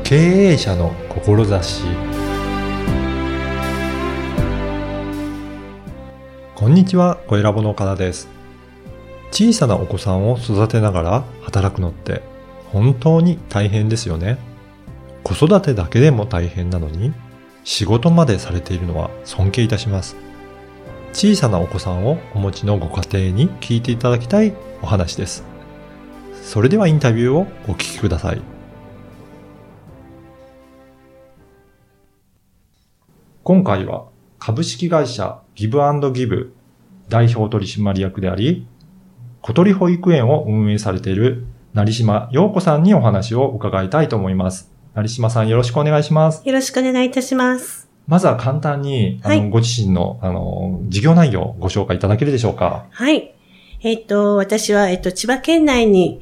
経営者の志。こんにちは、小ラボの岡田です。小さなお子さんを育てながら働くのって本当に大変ですよね。子育てだけでも大変なのに、仕事までされているのは尊敬いたします。小さなお子さんをお持ちのご家庭に聞いていただきたいお話です。それではインタビューをお聞きください。今回は株式会社ギブ&ギブ代表取締役であり、小鳥保育園を運営されている成島陽子さんにお話を伺いたいと思います。成島さん、よろしくお願いします。 よろしくお願いいたします。 まずは簡単にご自身の事業内容をご紹介いただけるでしょうか。 はい。私は千葉県内に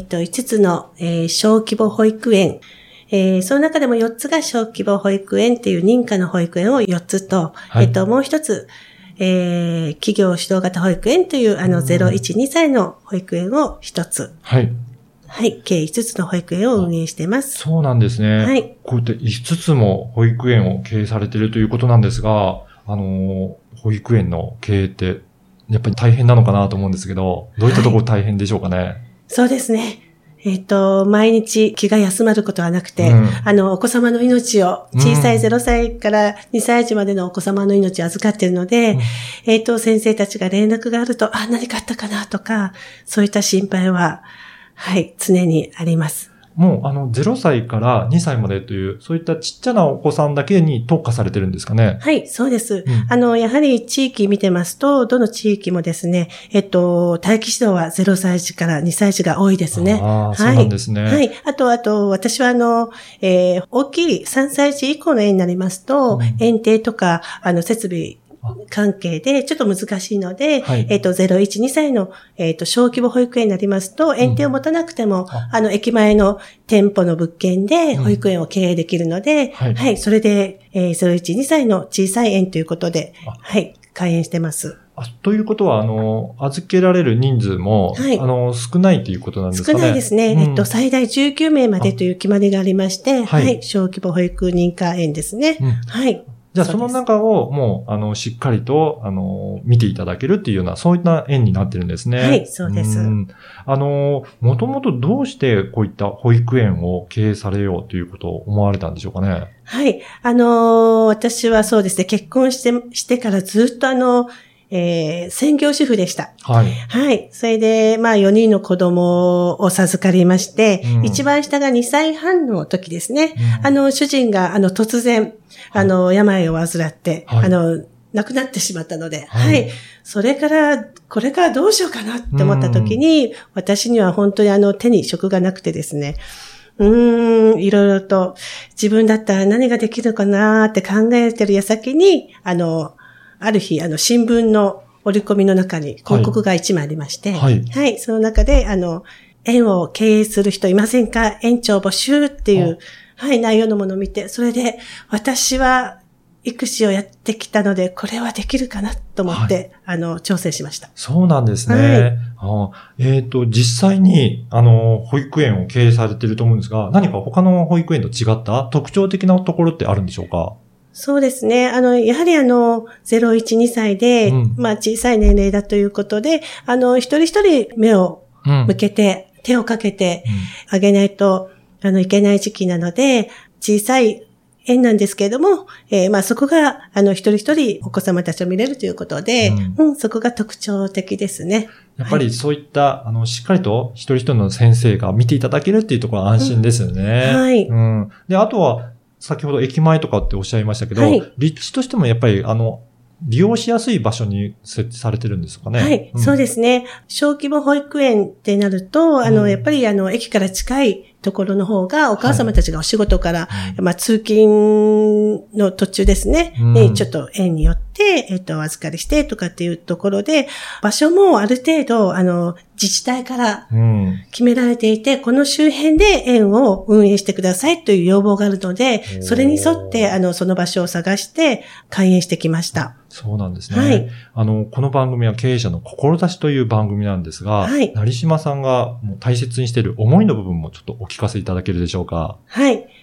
5つの小規模保育園、その中でも4つが小規模保育園っていう認可の保育園を4つと、はい、もう一つ、企業指導型保育園という0、1、2歳の保育園を1つ。はい。はい。計5つの保育園を運営しています。 そうなんですね。はい。こうやって5つも保育園を経営されているということなんですが、保育園の経営ってやっぱり大変なのかなと思うんですけど、どういったところ大変でしょうかね。はい、 そうですね。毎日気が休まることはなくて、お子様の命を、小さい0歳から2歳児までのお子様の命を預かっているので、先生たちが連絡があると、何かあったかなとか、そういった心配は、はい、常にあります。 もう0歳から2歳までという、そういったちっちゃなお子さんだけに特化されてるんですかね。 はい、そうです。やはり地域見てますと、どの地域もですね、待機指導は0歳児から2歳児が多いですね。 ああ、そうなんですね。 はい。あと、私は大きい3歳児以降の園になりますと、園庭とか、設備、関係でちょっと難しいので、はい、0、1、2歳の、小規模保育園になりますと、園庭を持たなくても、駅前の店舗の物件で保育園を経営できるので、はい、それで、0、1、2歳の小さい園ということで、はい、開園してます。 ということは、預けられる人数も、はい、少ないということなんですかね。 少ないですね。最大19名までという決まりがありまして、はい、小規模保育認可園ですね。はい。 じゃあその中をもう、しっかりと、見ていただけるっていうような、そういった園になってるんですね。 はい、そうです。 もともとどうしてこういった保育園を経営されようということを思われたんでしょうかね。 はい。私はそうですね、結婚してからずっと専業主婦でした。はい。はい。それで、4人の子供を授かりまして、一番下が2歳半の時ですね。主人が、突然、病を患って、亡くなってしまったので、はい。それから、これからどうしようかなって思った時に、私には本当に手に職がなくてですね、いろいろと自分だったら何ができるかなって考えてる矢先に、ある日、新聞の折り込みの中に広告が1枚ありまして、はい。はい。その中で、園を経営する人いませんか？園長募集っていう、はい、内容のものを見て、それで、私は育児をやってきたので、これはできるかなと思って、はい、挑戦しました。 そうなんですね。はい、実際に、保育園を経営されていると思うんですが、何か他の保育園と違った特徴的なところってあるんでしょうか？ そうですね。やはり0、1、2歳で、小さい年齢だということで、一人一人目を向けて、手をかけてあげないと、いけない時期なので、小さい園なんですけれども、そこが、一人一人お子様たちを見れるということで、そこが特徴的ですね。 やっぱりそういった、しっかりと一人一人の先生が見ていただけるっていうところは安心ですよね。はい。で、あとは、先ほど駅前とかっておっしゃいましたけど、はい、立地としてもやっぱり利用しやすい場所に設置されてるんですかね。 はい、そうですね。小規模保育園ってなると、やっぱり駅から近いところの方が、お母様たちがお仕事から、通勤の途中ですね、ちょっと園によって、お預かりしてとかっていうところで、場所もある程度、自治体から決められていて、この周辺で園を運営してくださいという要望があるので、それに沿って、その場所を探して開園してきました。 そうなんですね。はい。この番組は経営者の志という番組なんですが、はい。成島さんがもう大切にしている思いの部分もちょっとお聞かせいただけるでしょうか。 はい。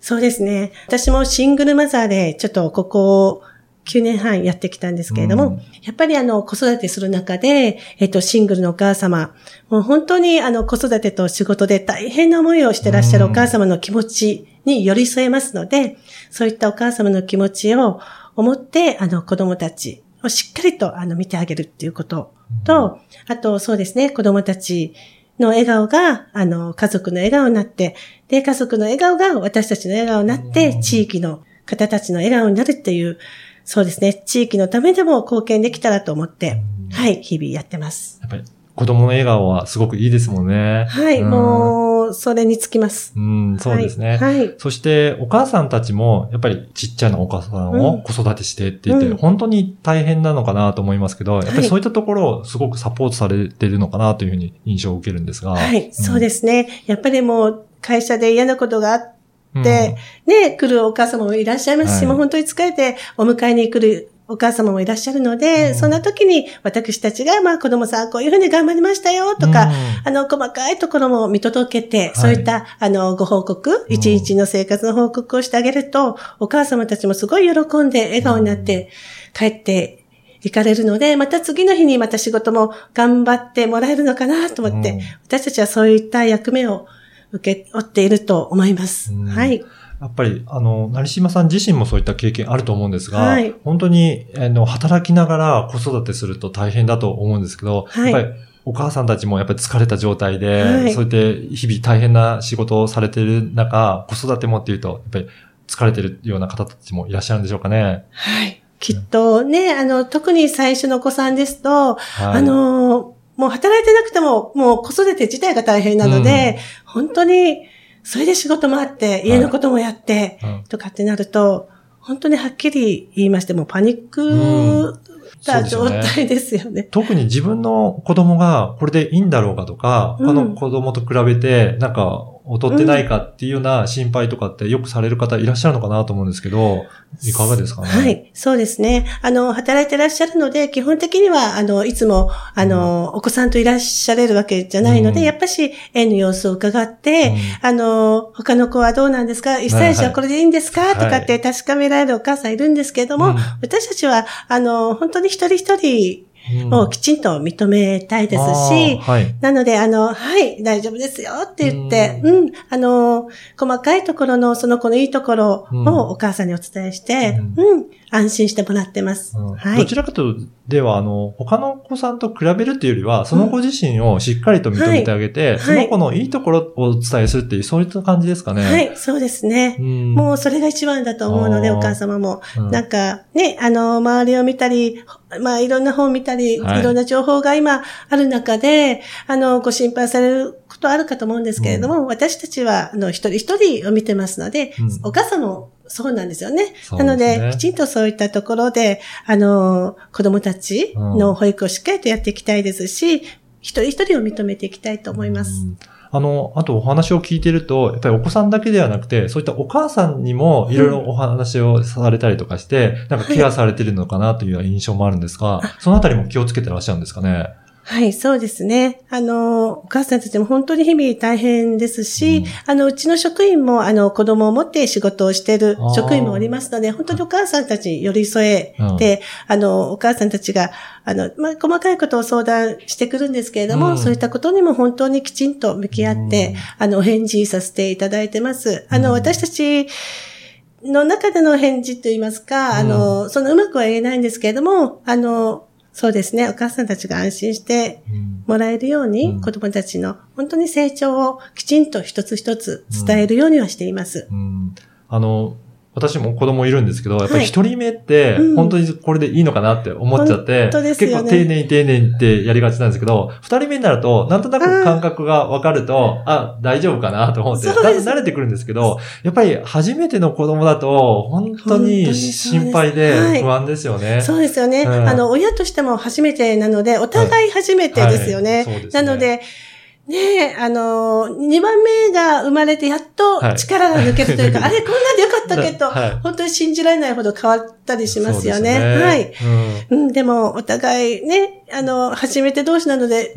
そうですね。私もシングルマザーで、ちょっとここ9年半やってきたんですけれども、やっぱり子育てする中で、シングルのお母様、もう本当に子育てと仕事で大変な思いをしてらっしゃるお母様の気持ちに寄り添えますので、そういったお母様の気持ちを思って、子供たちをしっかりと見てあげるっていうことと、あとそうですね、子供たちの笑顔が、家族の笑顔になって、で、家族の笑顔が私たちの笑顔になって、地域の方たちの笑顔になるっていう、そうですね。地域のためでも貢献できたらと思って、はい、日々やってます。 やっぱり子供の笑顔はすごくいいですもんね。 はい、もう、それにつきます。 そうですね。 はい。 そして、お母さんたちも、やっぱりちっちゃなお母さんを子育てしてって言って、本当に大変なのかなと思いますけど、やっぱりそういったところをすごくサポートされているのかなというふうに印象を受けるんですが。 はい、そうですね。やっぱりもう、会社で嫌なことがあって、ね、来るお母様もいらっしゃいますし、もう本当に疲れてお迎えに来るお母様もいらっしゃるので、そんな時に私たちが、子供さんこういうふうに頑張りましたよとか、細かいところも見届けて、そういった、ご報告、一日の生活の報告をしてあげると、お母様たちもすごい喜んで笑顔になって帰って行かれるので、また次の日にまた仕事も頑張ってもらえるのかなと思って、私たちはそういった役目を受け負っていると思います。はい。 やっぱり、成島さん自身もそういった経験あると思うんですが、本当に、働きながら子育てすると大変だと思うんですけど、やっぱり、お母さんたちもやっぱり疲れた状態で、そうやって日々大変な仕事をされている中、子育てもっていうと、やっぱり疲れているような方たちもいらっしゃるんでしょうかね。 はい。きっとね、特に最初のお子さんですと、もう働いてなくても、もう子育て自体が大変なので、本当に、それで仕事もあって、家のこともやって、とかってなると、本当にはっきり言いましてもパニックな状態ですよね。 特に自分の子供がこれでいいんだろうかとか、他の子供と比べて、なんか、劣ってないかっていうような心配とかってよくされる方いらっしゃるのかなと思うんですけど、いかがですかね。 はい、そうですね。働いてらっしゃるので、基本的には、いつも、お子さんといらっしゃれるわけじゃないので、やっぱし、園の様子を伺って、他の子はどうなんですか ?1 歳児はこれでいいんですか、とかって確かめられるお母さんいるんですけれども、私たちは、本当に一人一人、をきちんと認めたいですし、なので、はい、大丈夫ですよって言って、細かいところのその子のいいところをお母さんにお伝えして、安心してもらってます。はい。 どちらかというと、では、他の子さんと比べるっていうよりは、その子自身をしっかりと認めてあげて、その子のいいところをお伝えするっていう、そういった感じですかね。 はい、そうですね。もうそれが一番だと思うので、お母様も。なんか、ね、周りを見たり、いろんな本見たり、いろんな情報が今ある中で、ご心配されることあるかと思うんですけれども、私たちは、一人一人を見てますので、お母さんもそうなんですよね。なので、きちんとそういったところで、子供たちの保育をしっかりとやっていきたいですし、一人一人を認めていきたいと思います。 あとお話を聞いてると、やっぱりお子さんだけではなくて、そういったお母さんにもいろいろお話をされたりとかして、なんかケアされてるのかなという印象もあるんですが、そのあたりも気をつけてらっしゃるんですかね。 はい、そうですね。お母さんたちも本当に日々大変ですし、うちの職員も、子供を持って仕事をしている職員もおりますので、本当にお母さんたちに寄り添えて、お母さんたちが、細かいことを相談してくるんですけれども、そういったことにも本当にきちんと向き合って、お返事させていただいてます。私たち、の中での返事といいますか、そのうまくは言えないんですけれども、そうですね。お母さんたちが安心してもらえるように、子供たちの本当に成長をきちんと一つ一つ伝えるようにはしています。 私も子供いるんですけど、やっぱり一人目って、本当にこれでいいのかなって思っちゃって、結構丁寧に丁寧にってやりがちなんですけど、二人目になると、なんとなく感覚がわかると、大丈夫かなと思って、だんだん慣れてくるんですけど、やっぱり初めての子供だと、本当に心配で不安ですよね。 そうですよね。親としても初めてなので、お互い初めてですよね。なので、ねえ、2番目が生まれてやっと力が抜けるというか、あれこんなんでよかったっけと、本当に信じられないほど変わったりしますよね。はい。でも、お互いね、初めて同士なので、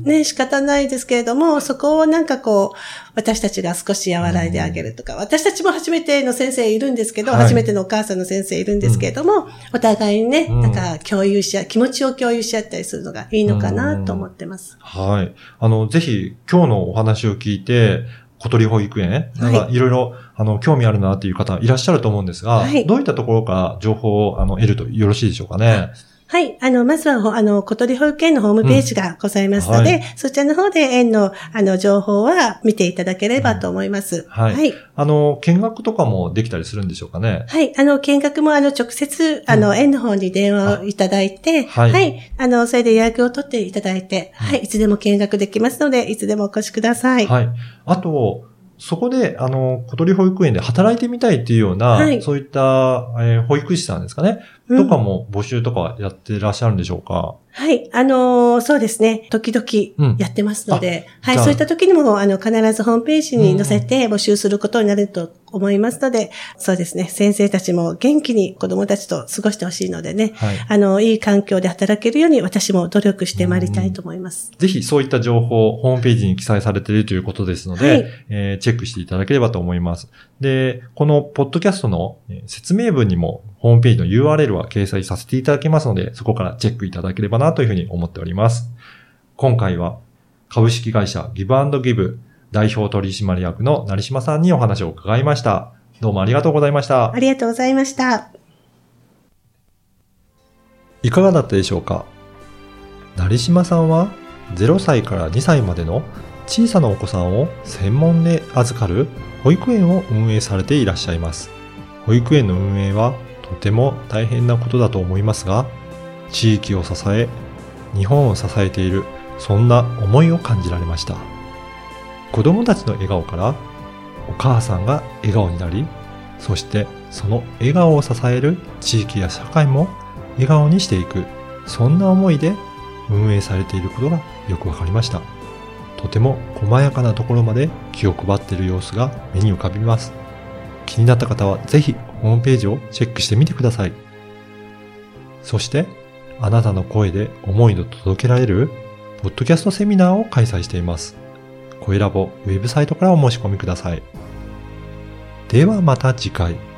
ね、仕方ないですけれども、そこをなんかこう、私たちが少し和らいであげるとか、私たちも初めての先生いるんですけど、初めてのお母さんの先生いるんですけれども、お互いにね、なんか気持ちを共有し合ったりするのがいいのかなと思ってます。 はい。ぜひ、今日のお話を聞いて、小鳥保育園、なんかいろいろ、興味あるなっていう方いらっしゃると思うんですが、どういったところから情報を得るとよろしいでしょうかね。 はい。まずは、小鳥保育園のホームページがございますので、そちらの方で園の、情報は見ていただければと思います。 はい。見学とかもできたりするんでしょうかね。 はい。見学も、直接、園の方に電話をいただいて、はい。それで予約を取っていただいて、はい。いつでも見学できますので、いつでもお越しください。 はい。あと、そこで、小鳥保育園で働いてみたいっていうような、そういった、保育士さんですかね。とかも募集とかやってらっしゃるんでしょうか？ はい。そうですね。時々やってますので、はい。そういった時にも、必ずホームページに載せて募集することになると思いますので、そうですね。先生たちも元気に子供たちと過ごしてほしいのでね、いい環境で働けるように私も努力してまいりたいと思います。 ぜひそういった情報、ホームページに記載されているということですので、チェックしていただければと思います。で、このポッドキャストの説明文にもホームページの URL は掲載させていただきますので、そこからチェックいただければなというふうに思っております。今回は株式会社ギブ&ギブ代表取締役の成島さんにお話を伺いました。どうもありがとうございました。 ありがとうございました。 いかがだったでしょうか？成島さんは0歳から2歳までの小さなお子さんを専門で預かる保育園を運営されていらっしゃいます。保育園の運営はとても大変なことだと思いますが、地域を支え、日本を支えている、そんな思いを感じられました。子供たちの笑顔からお母さんが笑顔になり、そしてその笑顔を支える地域や社会も笑顔にしていく、そんな思いで運営されていることがよくわかりました。とても細やかなところまで気を配っている様子が目に浮かびます。気になった方はぜひホームページをチェックしてみてください。そして、あなたの声で思いの届けられるポッドキャストセミナーを開催しています。声ラボウェブサイトからお申し込みください。ではまた次回。